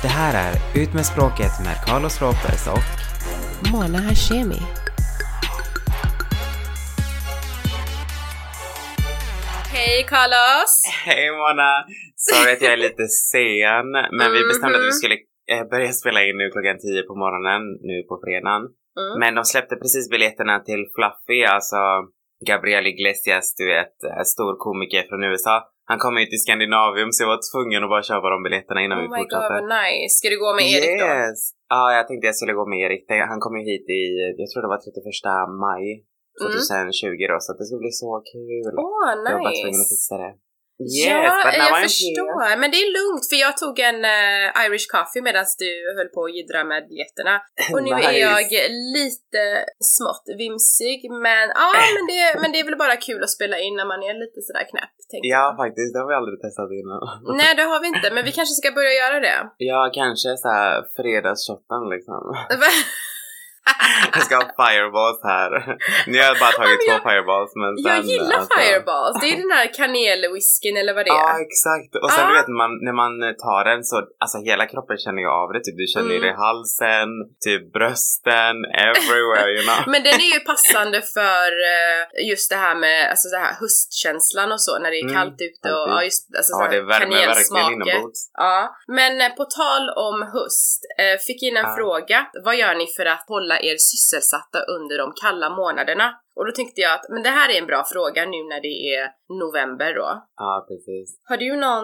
Det här är Ut med språket med Carlos Lopez och Mona Hashemi. Hej Carlos! Hej Mona! Sorry att jag är lite sen, men vi bestämde att vi skulle börja spela in nu klockan 10 på morgonen, nu på fredagen. Men de släppte precis biljetterna till Fluffy, alltså Gabriel Iglesias, du vet, stor komiker från USA. Han kom ut i Skandinavium, så jag var tvungen att bara köpa de biljetterna innan vi fortsatte. Oh my god, vad nice. Ska du gå med Erik då? Yes! Ja, jag tänkte jag skulle gå med Erik. Han kom ju hit i, jag tror det var 31 maj 2020 då, så det skulle bli så kul. Nice. Jag var bara tvungen att fixa det. Yes, jag förstår. Men det är lugnt, för jag tog en Irish coffee medan du höll på att jiddra med biljetterna. Och nu är jag lite smått vimsig. Men det är väl bara kul att spela in när man är lite sådär knäpp. Ja, faktiskt. Det har vi aldrig testat innan. Nej, det har vi inte. Men vi kanske ska börja göra det. Ja, kanske såhär fredagsshotten liksom. Jag ska ha fireballs här. Nu har jag bara tagit 2 fireballs, men sen, jag gillar fireballs. Det är den här kanelwhiskyn eller vad det är. Ja, exakt. Och sen du vet, när man tar den så, alltså hela kroppen känner ju av det. Typ, du känner ju det i halsen, typ brösten, everywhere, you know. Men den är ju passande för just det här med, alltså det här höstkänslan och så, när det är kallt ute och just alltså, det värmer verkligen inombords. Ja, men på tal om höst, fick in en fråga. Vad gör ni för att hålla er sysselsatta under de kalla månaderna? Och då tänkte jag att men det här är en bra fråga nu när det är november då. Ja, precis. Har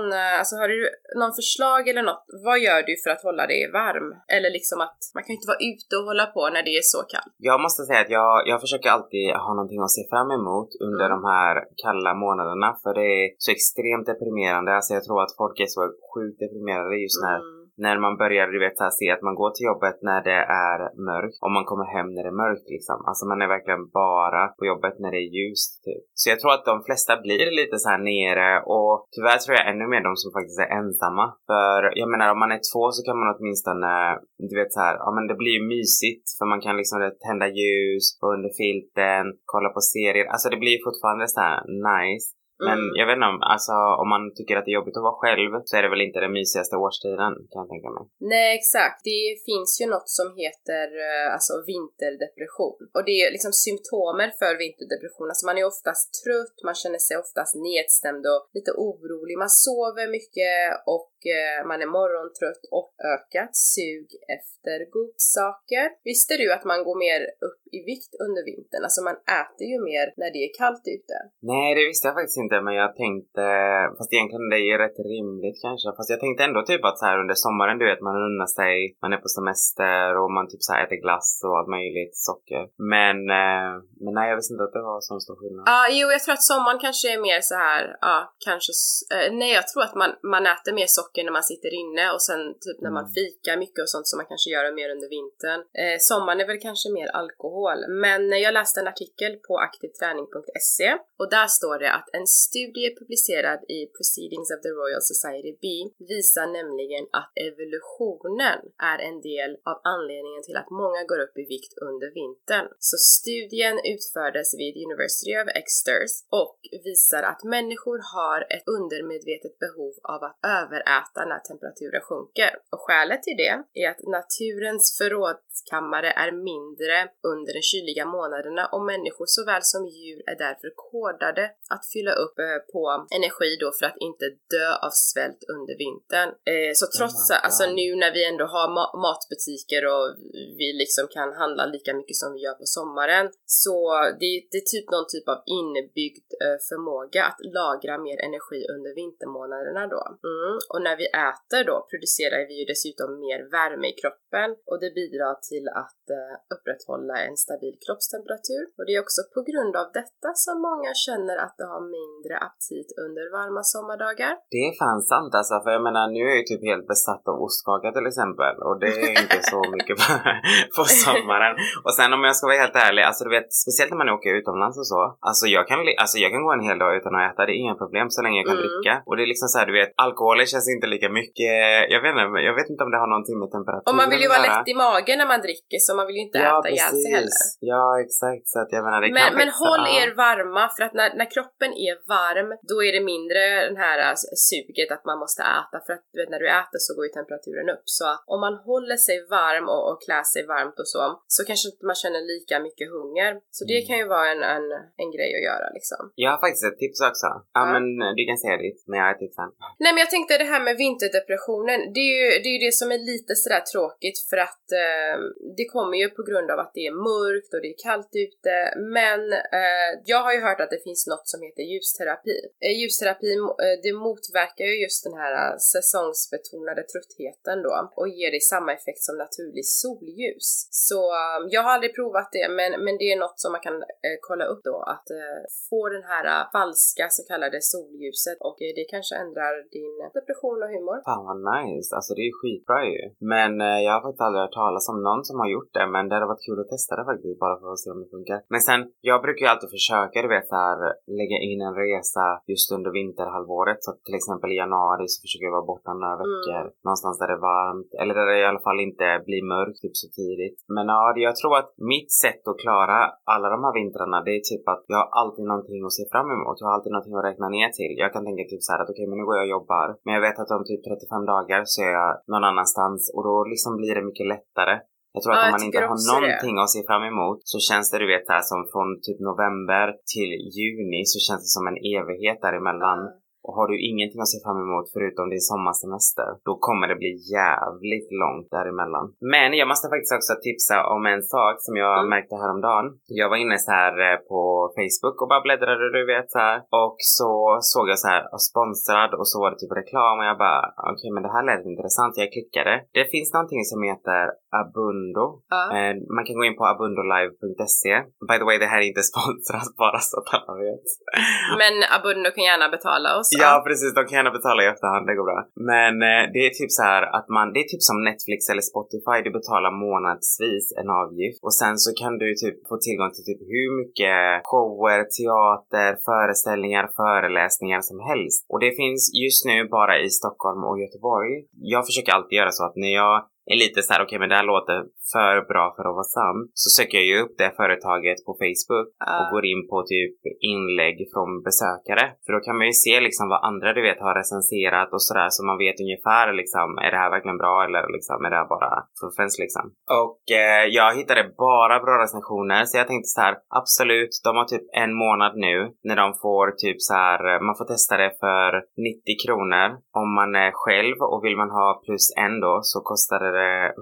du någon förslag eller något? Vad gör du för att hålla dig varm? Eller liksom att man kan inte vara ute och hålla på när det är så kallt. Jag måste säga att jag försöker alltid ha någonting att se fram emot under de här kalla månaderna. För det är så extremt deprimerande. Alltså jag tror att folk är så sjukt deprimerade just när man börjar, du vet, se att man går till jobbet när det är mörkt och man kommer hem när det är mörkt liksom. Alltså man är verkligen bara på jobbet när det är ljust typ. Så jag tror att de flesta blir lite så här nere, och tyvärr tror jag ännu mer de som faktiskt är ensamma. För jag menar, om man är 2 så kan man åtminstone, du vet så här, ja men det blir ju mysigt för man kan liksom tända ljus under filten, kolla på serier. Alltså det blir fortfarande så här nice. Men jag vet inte om man tycker att det är jobbigt att vara själv, så är det väl inte den mysigaste årstiden, kan jag tänka mig. Nej, exakt. Det finns ju något som heter vinterdepression. Och det är liksom symptomer för vinterdepression. Alltså man är oftast trött, man känner sig oftast nedstämd och lite orolig. Man sover mycket och man är morgontrött och ökat sug efter godsaker. Visste du att man går mer upp i vikt under vintern? Alltså man äter ju mer när det är kallt ute. Nej, det visste jag faktiskt inte, men jag tänkte, fast egentligen det är ju rätt rimligt kanske. Fast jag tänkte ändå typ att så här under sommaren, du vet, man unnar sig, man är på semester och man typ så här äter glass och allt möjligt, socker. Men nej, jag visste inte att det var sån stor skillnad. Jag tror att sommaren kanske är mer så här, nej, jag tror att man äter mer socker när man sitter inne och sen typ när man fikar mycket och sånt som man kanske gör mer under vintern. Sommaren är väl kanske mer alkohol. Men jag läste en artikel på aktivträning.se och där står det att en studie publicerad i Proceedings of the Royal Society B visar nämligen att evolutionen är en del av anledningen till att många går upp i vikt under vintern. Så studien utfördes vid University of Exeter och visar att människor har ett undermedvetet behov av att överäta när temperaturen sjunker. Och skälet till det är att naturens förrådskammare är mindre under de kyliga månaderna och människor såväl som djur är därför kodade att fylla upp på energi då för att inte dö av svält under vintern. Så trots alltså nu när vi ändå har matbutiker och vi liksom kan handla lika mycket som vi gör på sommaren, så det är typ någon typ av inbyggd förmåga att lagra mer energi under vintermånaderna då. Och när vi äter då producerar vi ju dessutom mer värme i kroppen och det bidrar till att upprätthålla en stabil kroppstemperatur. Och det är också på grund av detta som många känner att de har mindre aptit under varma sommardagar. Det är fan sant alltså, för jag menar nu är jag ju typ helt besatt av ostkaka till exempel, och det är inte så mycket på sommaren. Och sen om jag ska vara helt ärlig, alltså du vet, speciellt när man åker utomlands och så, alltså jag kan gå en hel dag utan att äta, det är inga problem så länge jag kan dricka. Och det är liksom så här, du vet, alkoholen känns inte lika mycket, jag vet inte om det har någonting med temperatur. Och man vill ju vara lätt i magen när man dricker, så man vill ju inte äta ihjäl sig heller. heller. Ja, exakt. Så att jag menar, det kan men håll er varma, för att när kroppen är varm, då är det mindre den här suget att man måste äta, för att du vet, när du äter så går ju temperaturen upp. Så om man håller sig varm och klär sig varmt och så kanske inte man känner lika mycket hunger. Så det kan ju vara en grej att göra liksom. Jag har faktiskt ett tips också. Ja, men du kan säga ditt, men jag har ett tips sen. Nej, men jag tänkte det här med vinterdepressionen, det är ju det som är lite sådär tråkigt, för att det kommer ju på grund av att det är mörkt och det är kallt ute. Men jag har ju hört att det finns något som heter ljusterapi. Ljusterapi, det motverkar ju just den här säsongsbetonade tröttheten då och ger dig samma effekt som naturlig solljus. Så jag har aldrig provat det, men det är något som man kan kolla upp då, att få den här falska så kallade solljuset, och det kanske ändrar din depression och humor. Fan vad nice, alltså det är ju skitbra ju. Men jag har faktiskt aldrig hört talas om någon som har gjort det, men det hade varit kul att testa det faktiskt, bara för att se om det funkar. Men sen, jag brukar ju alltid försöka, du vet, så här, lägga in en resa just under vinterhalvåret. Så till exempel i januari så försöker jag vara borta några veckor, någonstans där det är varmt, eller där det i alla fall inte blir mörkt typ så tidigt. Men ja, jag tror att mitt sätt att klara alla de här vintrarna, det är typ att jag har alltid någonting att se fram emot. Jag har alltid någonting att räkna ner till. Jag kan tänka typ så här att okej, men nu går jag och jobbar, men jag vet att om typ 35 dagar så är jag någon annanstans, och då liksom blir det mycket lättare. Jag tror att om man inte har någonting att se fram emot, så känns det, du vet, här som från typ november till juni, så känns det som en evighet däremellan. Och har du ingenting att se fram emot förutom din sommarsemester, då kommer det bli jävligt långt däremellan. Men jag måste faktiskt också tipsa om en sak som jag märkte häromdagen. Jag var inne så här på Facebook och bara bläddrade, du vet, så här. Och så såg jag så här sponsrad, och så var det typ reklam, och jag bara okej, men det här lät intressant. Jag klickade. Det finns någonting som heter Abundo. Man kan gå in på abundolive.se. By the way, det här är inte sponsrat, bara så att alla vet. Men Abundo kan gärna betala oss. Ja, precis. De kan gärna betala i efterhand, det går bra. Men det är typ så här att det är typ som Netflix eller Spotify. Du betalar månadsvis en avgift, och sen så kan du typ få tillgång till typ hur mycket shower, teater, föreställningar, föreläsningar som helst. Och det finns just nu bara i Stockholm och Göteborg. Jag försöker alltid göra så att när jag är lite så här, okej, men det här låter för bra för att vara sant, så söker jag ju upp det företaget på Facebook och går in på typ inlägg från besökare. För då kan man ju se liksom vad andra, du vet, har recenserat och sådär, så man vet ungefär liksom, är det här verkligen bra, eller liksom, är det här bara fuffens liksom. Och jag hittade bara bra recensioner, så jag tänkte så här, absolut, de har typ en månad nu när de får typ så här, man får testa det för 90 kronor om man är själv, och vill man ha plus en då så kostar det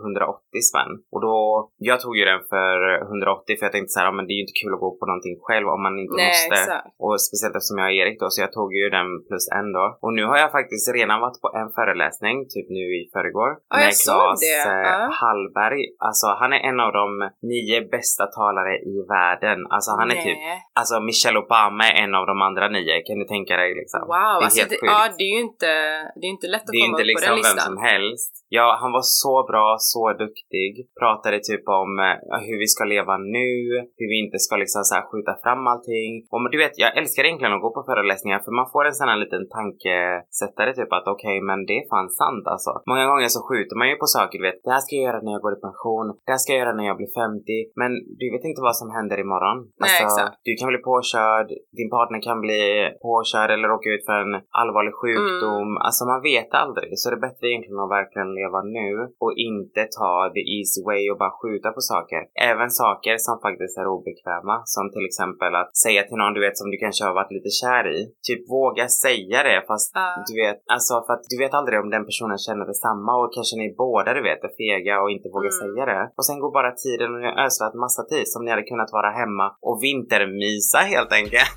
180 spänn. Och då, jag tog ju den för 180, för jag tänkte så här, men det är ju inte kul att gå på någonting själv om man inte måste. Exakt. Och speciellt eftersom jag är Erik då, så jag tog ju den plus en då. Och nu har jag faktiskt redan varit på en föreläsning, typ nu i förrgår, med Claes Hallberg. Alltså han är en av de 9 bästa talare i världen. Alltså han är typ, alltså Michelle Obama är en av de andra 9, kan du tänka dig liksom. Wow, det är alltså det är ju inte lätt att komma upp liksom på den listan. Vem som helst. Ja, han var så bra, så duktig. Pratade typ om hur vi ska leva nu, hur vi inte ska liksom så här skjuta fram allting. Och du vet, jag älskar egentligen att gå på föreläsningar, för man får en sån här liten tankesättare typ att okej, men det är fan sant alltså. Många gånger så skjuter man ju på saker, du vet, det här ska jag göra när jag går i pension, det här ska jag göra när jag blir 50, men du vet inte vad som händer imorgon. Alltså, du kan bli påkörd, din partner kan bli påkörd eller råka ut för en allvarlig sjukdom. Alltså man vet aldrig, så det är bättre egentligen att verkligen leva nu och inte ta the easy way och bara skjuta på saker. Även saker som faktiskt är obekväma, som till exempel att säga till någon, du vet, som du kanske har varit lite kär i, typ våga säga det, fast du vet, alltså för att du vet aldrig om den personen känner detsamma, och kanske ni båda, du vet, är fega och inte vågar säga det. Och sen går bara tiden och ni har ödslat massa tid som ni hade kunnat vara hemma och vintermysa helt enkelt.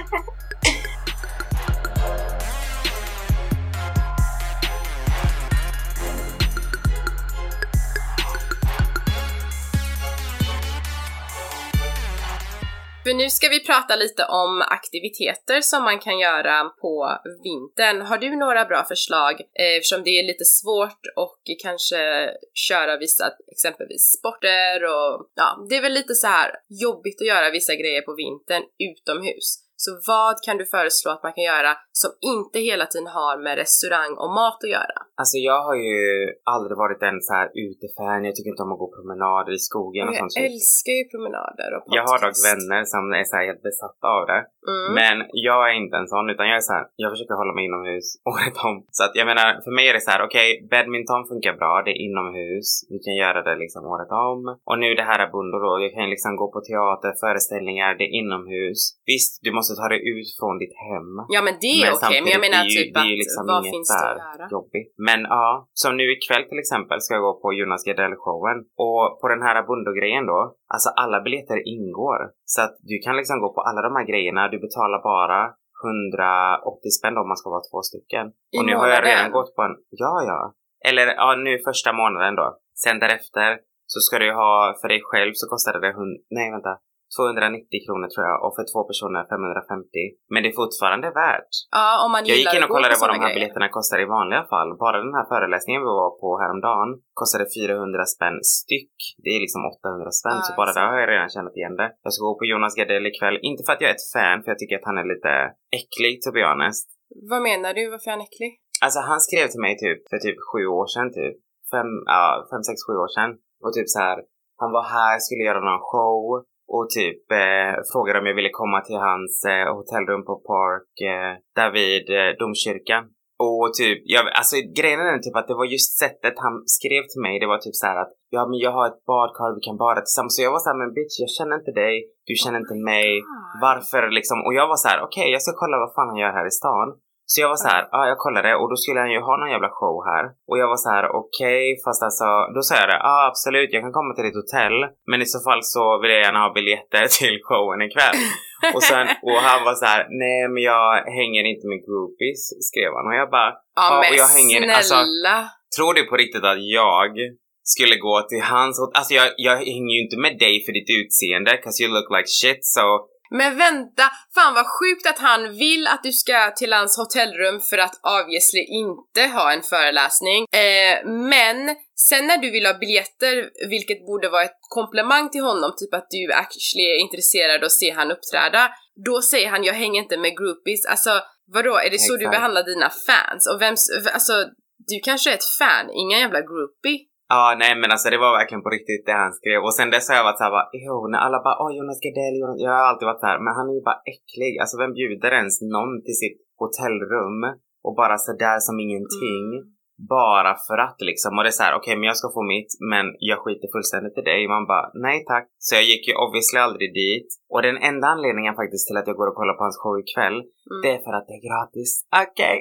För nu ska vi prata lite om aktiviteter som man kan göra på vintern. Har du några bra förslag? Eftersom det är lite svårt och kanske köra vissa, exempelvis sporter, och ja, det är väl lite så här jobbigt att göra vissa grejer på vintern utomhus. Så vad kan du föreslå att man kan göra som inte hela tiden har med restaurang och mat att göra? Alltså jag har ju aldrig varit en så här utefan. Jag tycker inte om att gå promenader i skogen och sånt. Jag älskar ju promenader och podcast. Jag har dock vänner som är så här helt besatta av det. Men jag är inte en sån, utan jag är så här, jag försöker hålla mig inomhus året om. Så att jag menar, för mig är det så här, okej, badminton funkar bra, det är inomhus. Vi kan göra det liksom året om. Och nu det här är Bundo då, jag kan liksom gå på teater, föreställningar, det är inomhus. Visst, du måste ta dig ut från ditt hem. Ja, men det är okej, men jag menar typ att liksom vad finns det att göra? Jobbigt. Men ja, som nu ikväll till exempel ska jag gå på Jonas Gardell-showen. Och på den här Bundo-grejen då, alltså alla biljetter ingår. Så att du kan liksom gå på alla de här grejerna, du betalar bara 180 spänn om man ska vara 2 stycken. Och nu har jag redan gått på en... Ja. Eller ja, nu första månaden då. Sen därefter så ska du ha, för dig själv så kostar det 290 kronor tror jag. Och för 2 personer 550. Men det är fortfarande värt. Ja, om man jag gick in och kollade vad de här grejer. biljetterna kostar i vanliga fall. Bara den här föreläsningen vi var på häromdagen kostade 400 spänn styck. Det är liksom 800 spänn. Så bara där har jag redan känt igen det. Jag ska gå på Jonas Gardell ikväll. Inte för att jag är ett fan, för jag tycker att han är lite äcklig, to be honest. Vad menar du? Varför är han äcklig? Alltså han skrev till mig typ för typ 7 år sedan typ. 5, 6, 7 år sedan. Och typ så här, han var här, skulle göra någon show. Och typ frågade om jag ville komma till hans hotellrum på Park där vid domkyrkan. Och typ, alltså grejen är typ att det var just sättet han skrev till mig. Det var typ så här att, ja men jag har ett badkar, vi kan bada tillsammans. Så jag var så här, men bitch, jag känner inte dig, du känner inte mig. Varför liksom? Och jag var så här, okej, jag ska kolla vad fan han gör här i stan. Så jag var så här, jag kollade och då skulle han ju ha någon jävla show här. Och jag var så här, okej, fast alltså, då sa jag det, absolut, jag kan komma till ditt hotell. Men i så fall så vill jag gärna ha biljetter till showen ikväll. och han var så här, nej men jag hänger inte med groupies, skrev han. Och jag bara, men och jag hänger, snälla. alltså, tror du på riktigt att jag skulle gå till hans hotell? Alltså jag hänger ju inte med dig för ditt utseende, 'cause you look like shit, so... Men vänta, fan vad sjukt att han vill att du ska till hans hotellrum för att obviously inte ha en föreläsning. Men sen när du vill ha biljetter, vilket borde vara ett komplimang till honom, typ att du actually är intresserad av att se han uppträda, då säger han, jag hänger inte med groupies. Alltså, vadå? Är det så du behandlar dina fans? Och alltså, du kanske är ett fan, ingen jävla groupie. Ja, nej men alltså det var verkligen på riktigt det han skrev. Och sen dess har jag varit såhär, när alla bara, Jonas Gardell, jag har alltid varit så här, men han är ju bara äcklig. Alltså vem bjuder ens någon till sitt hotellrum och bara så där som ingenting, bara för att liksom. Och det är så här, okej, men jag ska få mitt, men jag skiter fullständigt i dig. Man bara, nej tack. Så jag gick ju obviously aldrig dit. Och den enda anledningen faktiskt till att jag går och kollar på hans show ikväll, det är för att det är gratis. Okej.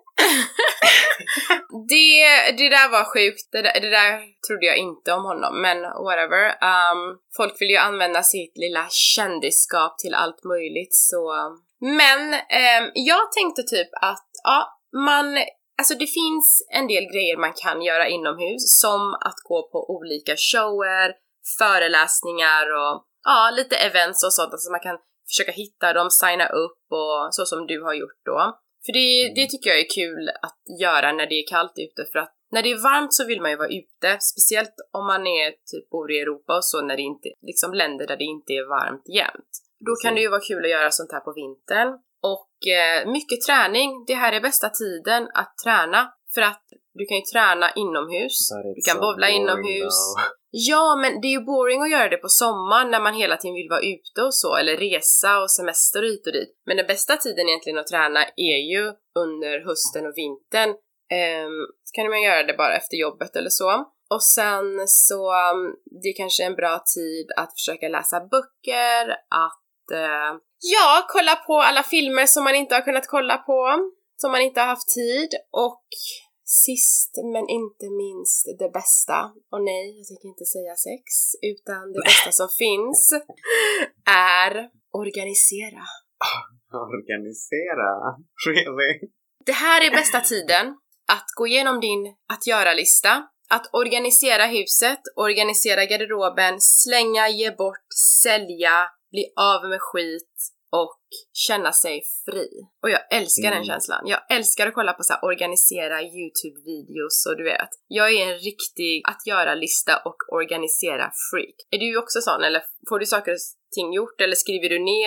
Det där var sjukt. Det där trodde jag inte om honom. Men whatever. Folk vill ju använda sitt lilla kändisskap till allt möjligt. Så. Men jag tänkte typ att alltså det finns en del grejer man kan göra inomhus. Som att gå på olika shower, föreläsningar och lite events och sånt. Alltså man kan försöka hitta dem, signa upp och så som du har gjort då. För det tycker jag är kul att göra när det är kallt ute, för att när det är varmt så vill man ju vara ute, speciellt om man är typ bor i Europa och så, när det inte, liksom länder där det inte är varmt jämt. Då kan det ju vara kul att göra sånt här på vintern. Och mycket träning, det här är bästa tiden att träna, för att du kan ju träna inomhus, du kan bowla inomhus. Ja, men det är ju boring att göra det på sommaren när man hela tiden vill vara ute och så, eller resa och semester och hit och dit. Men den bästa tiden egentligen att träna är ju under hösten och vintern. Så kan man göra det bara efter jobbet eller så. Och sen så det är kanske en bra tid att försöka läsa böcker, att kolla på alla filmer som man inte har kunnat kolla på, som man inte har haft tid. Och sist men inte minst det bästa, och nej, jag tänker inte säga sex, utan det bästa som finns är organisera. Organisera? Really? Det här är bästa tiden att gå igenom din att göra-lista, att organisera huset, organisera garderoben, slänga, ge bort, sälja, bli av med skit och känna sig fri. Och jag älskar den känslan. Jag älskar att kolla på så här organisera YouTube-videos, och du vet. Jag är en riktig att göra-lista och organisera freak. Är du också sån, eller får du saker och ting gjort, eller skriver du ner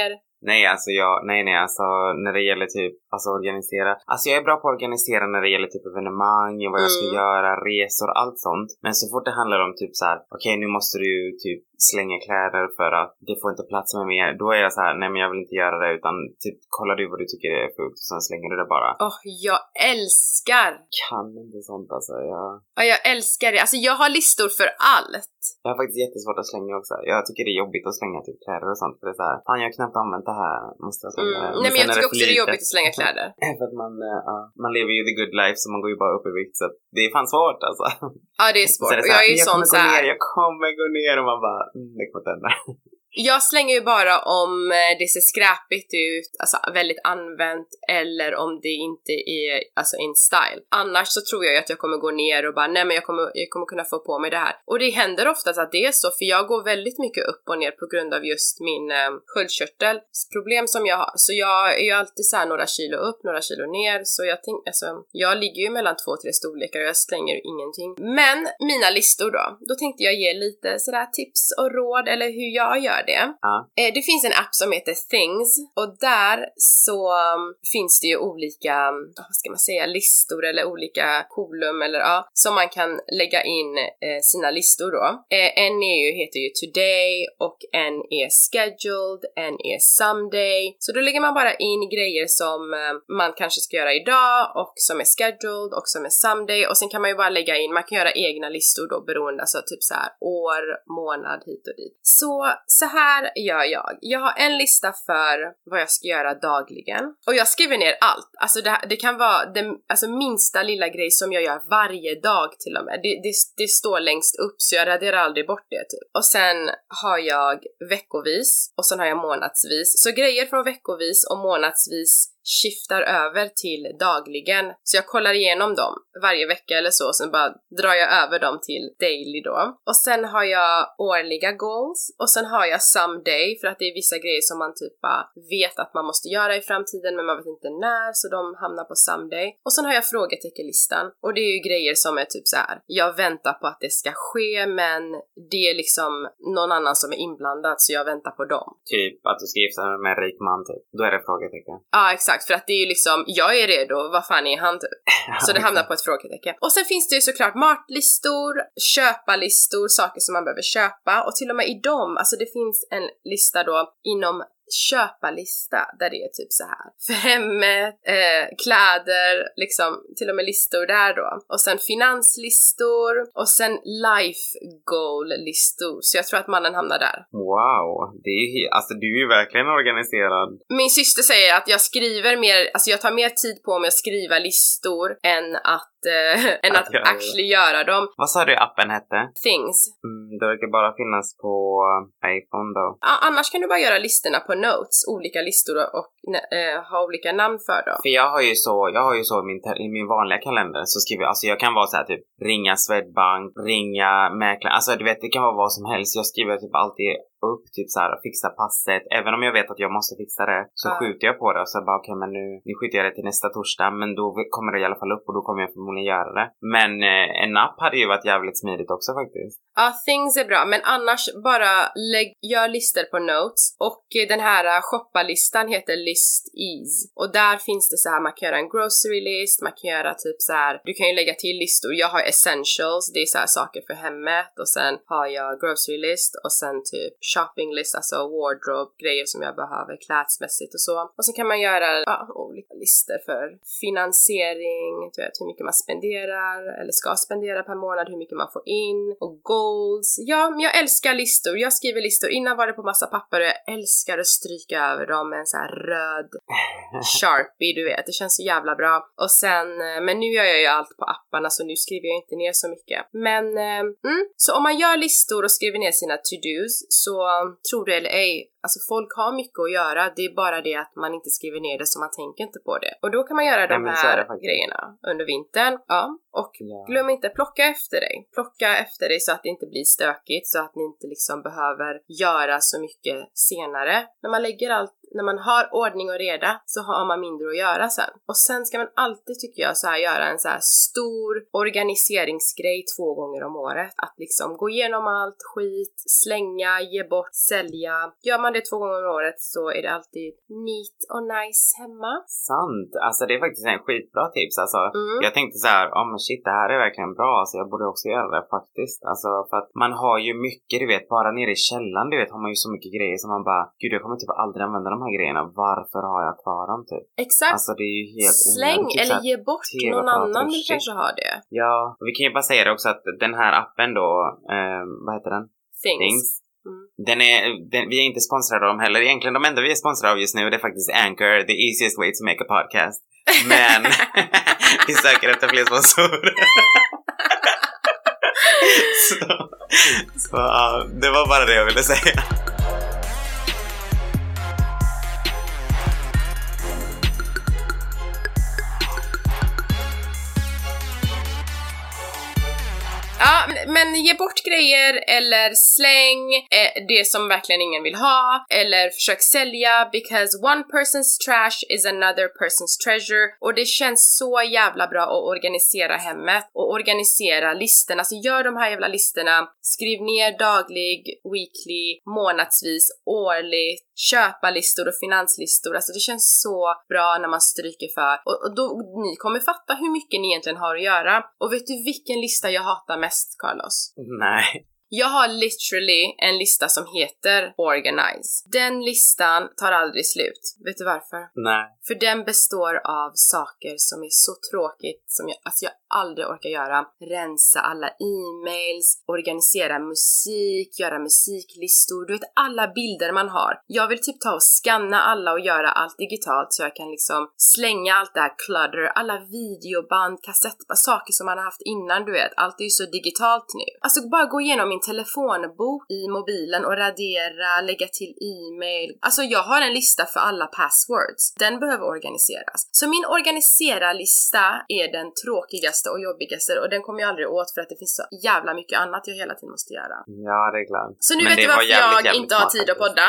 Nej, alltså alltså när det gäller typ, alltså organisera. Alltså jag är bra på att organisera när det gäller typ evenemang, vad jag ska göra, resor, allt sånt. Men så fort det handlar om typ så här, okej, nu måste du typ slänga kläder för att det får inte plats med mer. Då är jag så här, nej men jag vill inte göra det, utan typ kollar du vad du tycker är fult och sen slänger du det bara. Jag älskar! Kan inte sånt alltså, Ja, jag älskar det. Alltså jag har listor för allt. Jag har faktiskt jättesvårt att slänga också. Jag tycker det är jobbigt att slänga typ kläder och sånt. För det är så här, fan jag har knappt använt det här. Måste jag slänga det. Nej men jag tycker också det är jobbigt att slänga kläder. För att man lever ju the good life, så man går ju bara upp i vikt. Så det är fan svårt alltså. Ja, det är svårt. Så det är så här, och jag är ju sån så här. Jag kommer gå ner och man bara, det kommer tända. Jag slänger ju bara om det ser skräpigt ut, alltså väldigt använt, eller om det inte är alltså in style. Annars så tror jag ju att jag kommer gå ner och bara, nej men jag kommer kunna få på mig det här. Och det händer ofta att det är så, för jag går väldigt mycket upp och ner på grund av just min sköldkörtelproblem som jag har. Så jag är ju alltid så här några kilo upp, några kilo ner, så jag ligger ju mellan 2-3 storlekar och jag slänger ingenting. Men mina listor då tänkte jag ge lite sådär tips och råd, eller hur jag gör det. Det finns en app som heter Things, och där så finns det ju olika, vad ska man säga, listor eller olika kolumn eller som man kan lägga in sina listor då. En heter ju Today och en är Scheduled, en är Someday. Så då lägger man bara in grejer som man kanske ska göra idag och som är Scheduled och som är Someday, och sen kan man ju bara lägga in, man kan göra egna listor då beroende, alltså typ så här år, månad, hit och dit. Så här gör jag. Jag har en lista för vad jag ska göra dagligen. Och jag skriver ner allt. Alltså det kan vara den minsta lilla grej som jag gör varje dag till och med. Det står längst upp, så jag raderar aldrig bort det typ. Och sen har jag veckovis och sen har jag månadsvis. Så grejer från veckovis och månadsvis skiftar över till dagligen. Så jag kollar igenom dem varje vecka eller så, och sen bara drar jag över dem till daily då. Och sen har jag årliga goals, och sen har jag someday, för att det är vissa grejer som man typ bara vet att man måste göra i framtiden, men man vet inte när, så de hamnar på someday. Och sen har jag frågeteckenlistan, och det är ju grejer som är typ så här, jag väntar på att det ska ske, men det är liksom någon annan som är inblandad, så jag väntar på dem. Typ att du ska gifta dig med en rik man typ. Då är det frågetecken. Ja, exakt. För att det är ju liksom, jag är redo, vad fan är han typ? Så det hamnar på ett frågetecken. Och sen finns det ju såklart matlistor, köpalistor, saker som man behöver köpa. Och till och med i dem, alltså det finns en lista då inom köparlista där det är typ så här för hemmet, kläder, liksom till och med listor där då. Och sen finanslistor och sen life goal listor. Så jag tror att mannen hamnar där. Wow, det är ju, alltså du är ju verkligen organiserad. Min syster säger att jag skriver mer, alltså jag tar mer tid på mig att skriva listor än att actually göra dem. Vad sa du appen hette? Things. Det verkar bara finnas på iPhone då. Ja, annars kan du bara göra listorna på notes, olika listor och ha olika namn för dem. För jag har ju så i min vanliga kalender så skriver jag, alltså jag kan vara så här typ ringa Swedbank, ringa mäklare, alltså du vet det kan vara vad som helst. Jag skriver typ alltid upp typ så här, fixa passet, även om jag vet att jag måste fixa det så skjuter jag på det och så bara okej, men nu skjuter jag det till nästa torsdag, men då kommer det i alla fall upp och då kommer jag förmodligen göra det. Men en app hade ju varit jävligt smidigt också faktiskt. Ja, Things är bra, men annars bara gör listor på notes, och den här shoppa-listan heter List Ease, och där finns det så här, man kan göra en grocery list, man kan göra typ så här, du kan ju lägga till listor. Jag har essentials, det är så här saker för hemmet, och sen har jag grocery list och sen typ shopping list, alltså wardrobe, grejer som jag behöver klädsmässigt och så. Och så kan man göra olika listor för finansiering, hur mycket man spenderar eller ska spendera per månad, hur mycket man får in, och goals. Ja, men jag älskar listor. Jag skriver listor. Innan var det på massa papper och jag älskar att stryka över dem med en så här röd Sharpie, du vet. Det känns så jävla bra. Och sen, men nu gör jag ju allt på apparna, så nu skriver jag inte ner så mycket. Men, så om man gör listor och skriver ner sina to-dos, så tror du eller ej, alltså folk har mycket att göra, det är bara det att man inte skriver ner det, så man tänker inte på det. Och då kan man göra de här grejerna under vintern. Ja, och glöm inte, plocka efter dig så att det inte blir stökigt, så att ni inte liksom behöver göra så mycket senare. När man lägger allt när man har ordning och reda så har man mindre att göra sen. Och sen ska man alltid, tycker jag, så här göra en så här stor organiseringsgrej 2 gånger om året. Att liksom gå igenom allt skit, slänga, ge bort, sälja. Gör man det 2 gånger om året så är det alltid neat och nice hemma. Sant, alltså det är faktiskt en skitbra tips. Alltså, jag tänkte så här, men shit, det här är verkligen bra. Alltså jag borde också göra det faktiskt. Alltså för att man har ju mycket, du vet, bara nere i källan, du vet, har man ju så mycket grejer som man bara, gud, jag kommer typ aldrig använda de här grejerna. Varför har jag kvar dem typ? Exakt. Alltså det är ju helt släng onödigt, eller ge bort, någon annan vill kanske ha det. Ja, och vi kan ju bara säga det också att den här appen då, vad heter den? Things. Vi är inte sponsrade av dem heller. Egentligen de enda vi är sponsrade av just nu, det är faktiskt Anchor, the easiest way to make a podcast. Men vi söker efter fler sponsorer. så det var bara det jag ville säga. Ja, men ge bort grejer eller släng det som verkligen ingen vill ha, eller försök sälja, because one person's trash is another person's treasure. Och det känns så jävla bra att organisera hemmet och organisera listorna. Alltså gör de här jävla listorna, skriv ner daglig, weekly, månadsvis, årligt, köpa listor och finanslistor. Alltså det känns så bra när man stryker för. Och då, ni kommer fatta hur mycket ni egentligen har att göra. Och vet du vilken lista jag hatar mest, Carlos? Nej. Jag har literally en lista som heter Organize. Den listan tar aldrig slut. Vet du varför? Nej. För den består av saker som är så tråkigt som jag aldrig orkar göra. Rensa alla e-mails, organisera musik, göra musiklistor. Du vet, alla bilder man har. Jag vill typ ta och scanna alla och göra allt digitalt så jag kan liksom slänga allt det här clutter, alla videoband, kassettband, saker som man har haft innan, du vet. Allt är ju så digitalt nu. Alltså bara gå igenom min telefonbok i mobilen och radera, lägga till e-mail. Alltså jag har en lista för alla passwords. Den behöver organiseras. Så min organisera-lista är den tråkigaste och jobbigaste, och den kommer jag aldrig åt för att det finns så jävla mycket annat jag hela tiden måste göra. Ja, det är klart. Så nu vet du varför jag inte har tid att podda.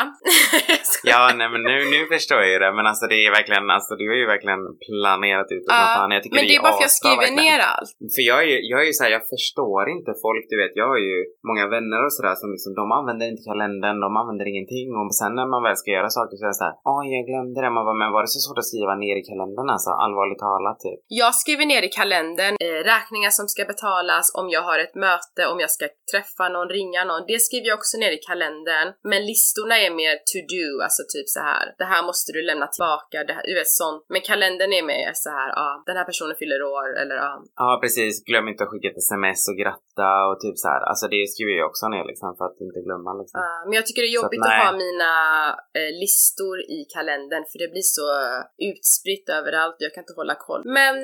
Ja, nej, men nu förstår jag ju det. Men alltså det är verkligen, alltså du har ju verkligen planerat ut och fan. Jag tycker men det är bara för jag skriver ner allt. För jag är ju såhär, jag förstår inte folk, du vet, jag har ju många vänner och sådär som liksom, de använder inte kalendern, de använder ingenting, och sen när man väl ska göra saker så är det såhär, jag glömde det, man bara, men var det så svårt att skriva ner i kalendern, alltså allvarligt talat typ? Jag skriver ner i kalendern räkningar som ska betalas, om jag har ett möte, om jag ska träffa någon, ringa någon, det skriver jag också ner i kalendern. Men listorna är mer to do, alltså typ så här, det här måste du lämna tillbaka, det här, du vet sånt. Men kalendern är mer så här, den här personen fyller år, eller Ja, precis, glöm inte att skicka ett sms och gratta och typ så här. Alltså det skriver jag också ner liksom, för att inte glömma liksom. Men jag tycker det är jobbigt att ha mina listor i kalendern, för det blir så utspritt överallt och jag kan inte hålla koll.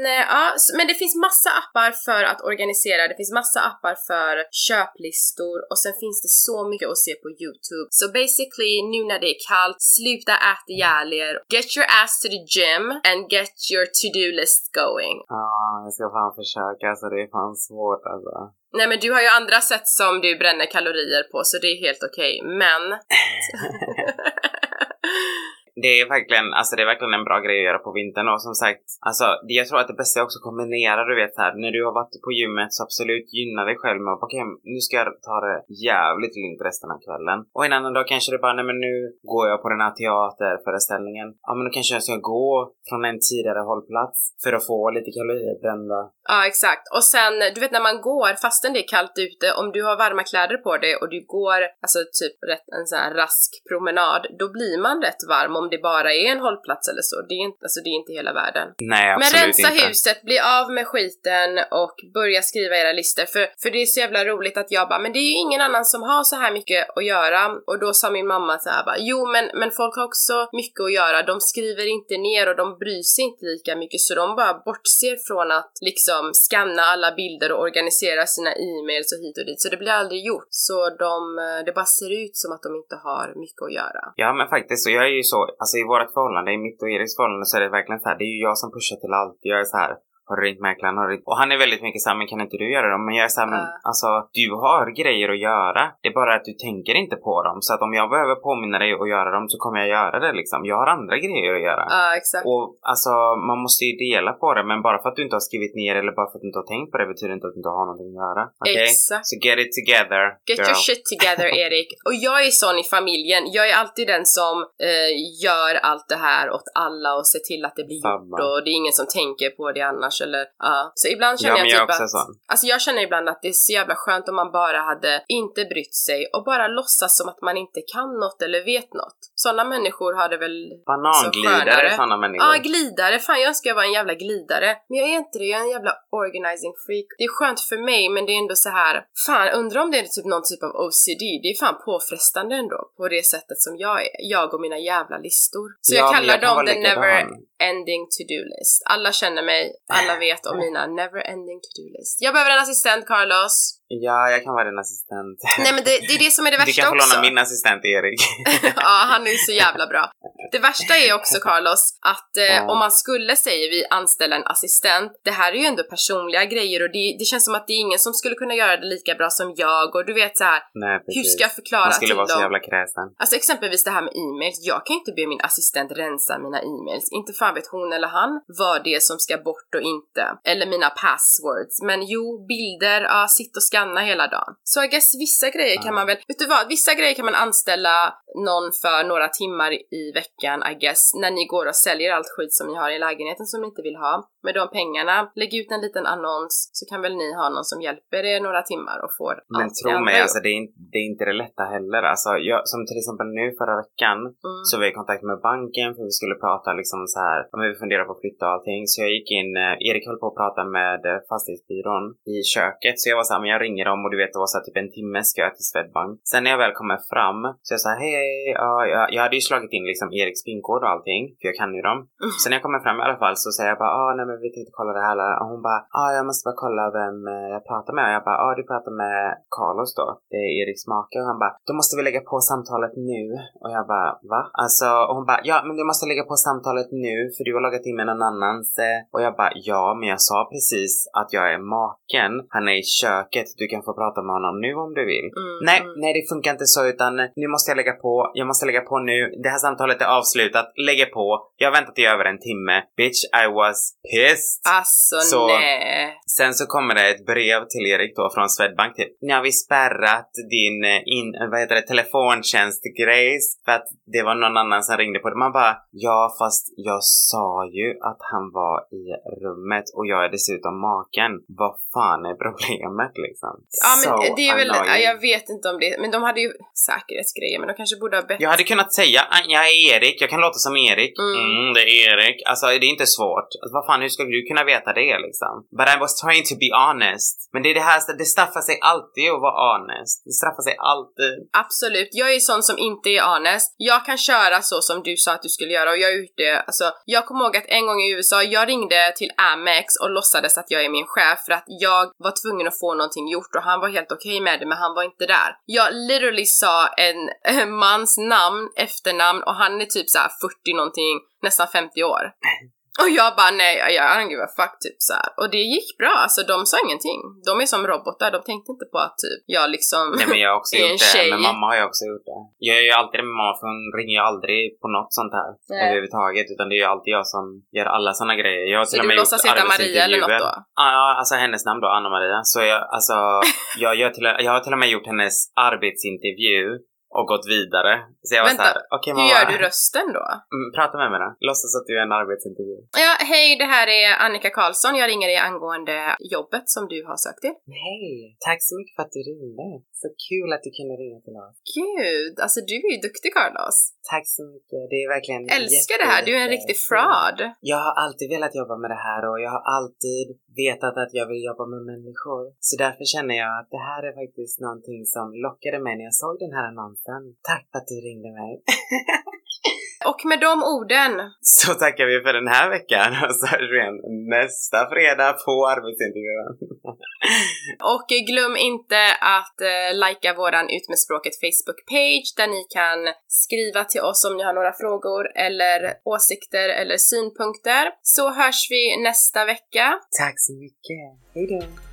Men det finns massa appar för att organisera, det finns massa appar för köplistor, och sen finns det så mycket att se på YouTube. Så basically, nu när det är kallt, sluta äta ihjäl er, get your ass to the gym and get your to-do list going. Jag ska fan försöka, alltså det är fan svårt alltså. Nej, men du har ju andra sätt som du bränner kalorier på, så det är helt okej. Men det är verkligen en bra grej att göra på vintern, och som sagt, alltså jag tror att det bästa är också att kombinera, du vet här, när du har varit på gymmet, så absolut gynna dig själv med att okej, nu ska jag ta det jävligt lugnt resten av kvällen. Och en annan dag kanske det bara, nej men nu går jag på den här teaterföreställningen. Ja, men då kanske jag ska gå från en tidigare hållplats för att få lite kalorier brända. Ja, exakt. Och sen, du vet när man går, fastän det är kallt ute, om du har varma kläder på dig och du går, alltså typ en sån här rask promenad, då blir man rätt varm om det bara är en hållplats eller så. Det är inte hela världen. Nej, absolut. Men rensa inte huset, bli av med skiten och börja skriva era listor. För det är så jävla roligt att jag bara, men det är ju ingen annan som har så här mycket att göra. Och då sa min mamma så här bara, jo men folk har också mycket att göra. De skriver inte ner och de bryr sig inte lika mycket, så de bara bortser från att liksom scanna alla bilder och organisera sina e-mails och hit och dit. Så det blir aldrig gjort. Så det bara ser ut som att de inte har mycket att göra. Ja, men faktiskt, så jag är ju så, alltså i vårt förhållande, i mitt och Eriks förhållande, så är det verkligen så här, det är ju jag som pushar till allt. Jag är så här, har du ringt mäklaren? Och han är väldigt mycket såhär, men kan inte du göra dem? Men jag är såhär, men alltså du har grejer att göra. Det är bara att du tänker inte på dem. Så att om jag behöver påminna dig att göra dem så kommer jag göra det liksom. Jag har andra grejer att göra. Exakt. Och alltså man måste ju dela på det. Men bara för att du inte har skrivit ner eller bara för att du inte har tänkt på det betyder inte att du inte har någonting att göra. Okay? Exakt. So get it together, Get girl. your shit together, Erik. Och jag är sån i familjen. Jag är alltid den som gör allt det här åt alla och ser till att det blir gjort. Och det är ingen som tänker på det annars. Eller, Så ibland känner jag typ att... Alltså jag känner ibland att det är så jävla skönt om man bara hade inte brytt sig och bara låtsas som att man inte kan något eller vet något. Sådana människor har det väl bananglidare, sådana människor. Ja, glidare. Fan, jag önskar jag var en jävla glidare. Men jag är inte det. Jag är en jävla organizing freak. Det är skönt för mig, men det är ändå så här. Fan, undrar om det är typ någon typ av OCD. Det är fan påfrestande ändå på det sättet som jag är. Jag och mina jävla listor. Så jag kallar dem the never ending to-do list. Alla känner mig. Alla vet om mina never ending to-do list. Jag behöver en assistent, Carlos. Ja, jag kan vara din assistent. Nej, men det är det som är det värsta också. Du kan få låna min assistent, Erik. Ja, han är ju så jävla bra. Det värsta är också, Carlos, att om man skulle, säger vi, anställa en assistent, det här är ju ändå personliga grejer och det känns som att det är ingen som skulle kunna göra det lika bra som jag och du vet så här. Nej, hur ska jag förklara man skulle till vara dem? Så jävla kräsen. Alltså exempelvis det här med e-mails. Jag kan inte be min assistent rensa mina e-mails. Inte fan vet hon eller han vad det är som ska bort och inte. Eller mina passwords. Men jo, bilder, sitt och skanna hela dagen. Så jag guess vissa grejer kan man väl, vet du vad? Vissa grejer kan man anställa någon för några timmar i veckan, I guess. När ni går och säljer allt skit som ni har i lägenheten som ni inte vill ha. Med de pengarna, lägg ut en liten annons så kan väl ni ha någon som hjälper er några timmar och får men allt. tro mig, alltså det är inte det lätta heller. Alltså som till exempel nu förra veckan så var jag i kontakt med banken för vi skulle prata liksom så här, om vi funderar på att flytta och allting. Så jag gick in, Erik höll på att prata med fastighetsbyrån i köket. Så jag var så här, men jag ringer dem och du vet det var så här, typ en timme ska jag till Swedbank. Sen när jag väl kommer fram så jag sa hej, jag hade ju slagit in liksom Eriks pinkod och allting, för jag kan ju dem. Sen när jag kommer fram i alla fall så säger jag bara, nej men vi tänkte kolla det här. Och hon bara, jag måste bara kolla vem jag pratar med. Och jag bara, du pratar med Carlos då. Det är Eriks make. Och han bara, då måste vi lägga på samtalet nu. Och jag bara, va? Alltså, och hon bara, ja men du måste lägga på samtalet nu för du har loggat in med någon annans. Och jag bara, ja men jag sa precis att jag är maken. Han är i köket. Du kan få prata med honom nu om du vill. Nej det funkar inte så utan nu måste jag lägga på. Jag måste lägga på nu. Det här samtalet är avslutat. Lägger på. Jag har väntat i över en timme. Bitch, I was pissed. Alltså så, nej. Sen så kommer det ett brev till Erik då från Swedbank typ. Ni har vi spärrat din telefontjänst Grace för att det var någon annan som ringde på det. Man bara, ja fast jag sa ju att han var i rummet och jag är dessutom maken. Vad fan är problemet liksom? Ja men so det är väl, jag vet inte om det, men de hade ju säkerhetsgrejer men de kanske borde ha bett. Jag hade kunnat säga, jag är Erik, jag kan låta som Erik. Det är Erik. Alltså det är inte svårt. Alltså, vad fan, hur skulle du kunna veta det liksom? But I was trying to be honest. Men det är det här, det straffar sig alltid att vara honest. Det straffar sig alltid. Absolut, jag är sån som inte är honest. Jag kan köra så som du sa att du skulle göra och jag är ute, alltså jag kommer ihåg att en gång i USA, jag ringde till Amex och låtsades att jag är min chef för att jag var tvungen att få någonting gjort och han var helt okej med det men han var inte där. Jag literally sa en mans namn, efternamn och han är typ så här 40 någonting, nästan 50 år. Och jag bara nej, jag give a fuck typ så här. Och det gick bra, alltså de sa ingenting. De är som robotar, de tänkte inte på att typ jag liksom nej men jag har också gjort det, men mamma har ju också gjort det. Jag gör ju alltid det med mamma för hon ringer ju aldrig på något sånt här överhuvudtaget. Utan det är ju alltid jag som gör alla såna grejer. Jag har till och med gjort arbetsintervjuer. Maria eller något då? Ja, alltså hennes namn då, Anna Maria. Så jag har till och med gjort hennes arbetsintervju och gått vidare. Så jag var vänta, så här, okay, hur gör du rösten då? Prata med mig då. Låtsas att du är en arbetsintervju. Ja, hej, det här är Annika Karlsson. Jag ringer dig angående jobbet som du har sökt till. Hej, tack så mycket för att du ringde. Så kul att du kunde ringa till oss. Gud, alltså du är ju duktig, Carlos. Tack så mycket, det är verkligen älskar det här, du är en riktig fraud. Jag har alltid velat jobba med det här och jag har alltid vetat att jag vill jobba med människor. Så därför känner jag att det här är faktiskt någonting som lockade mig när jag såg den här annonsen. Tack för att du ringde mig. Och med de orden så tackar vi för den här veckan och så hörs vi igen nästa fredag på arbetsintervjun. Och glöm inte att likea våran Ut med språket Facebook-page där ni kan skriva till oss om ni har några frågor eller åsikter eller synpunkter. Så hörs vi nästa vecka. Tack så mycket. Hej då.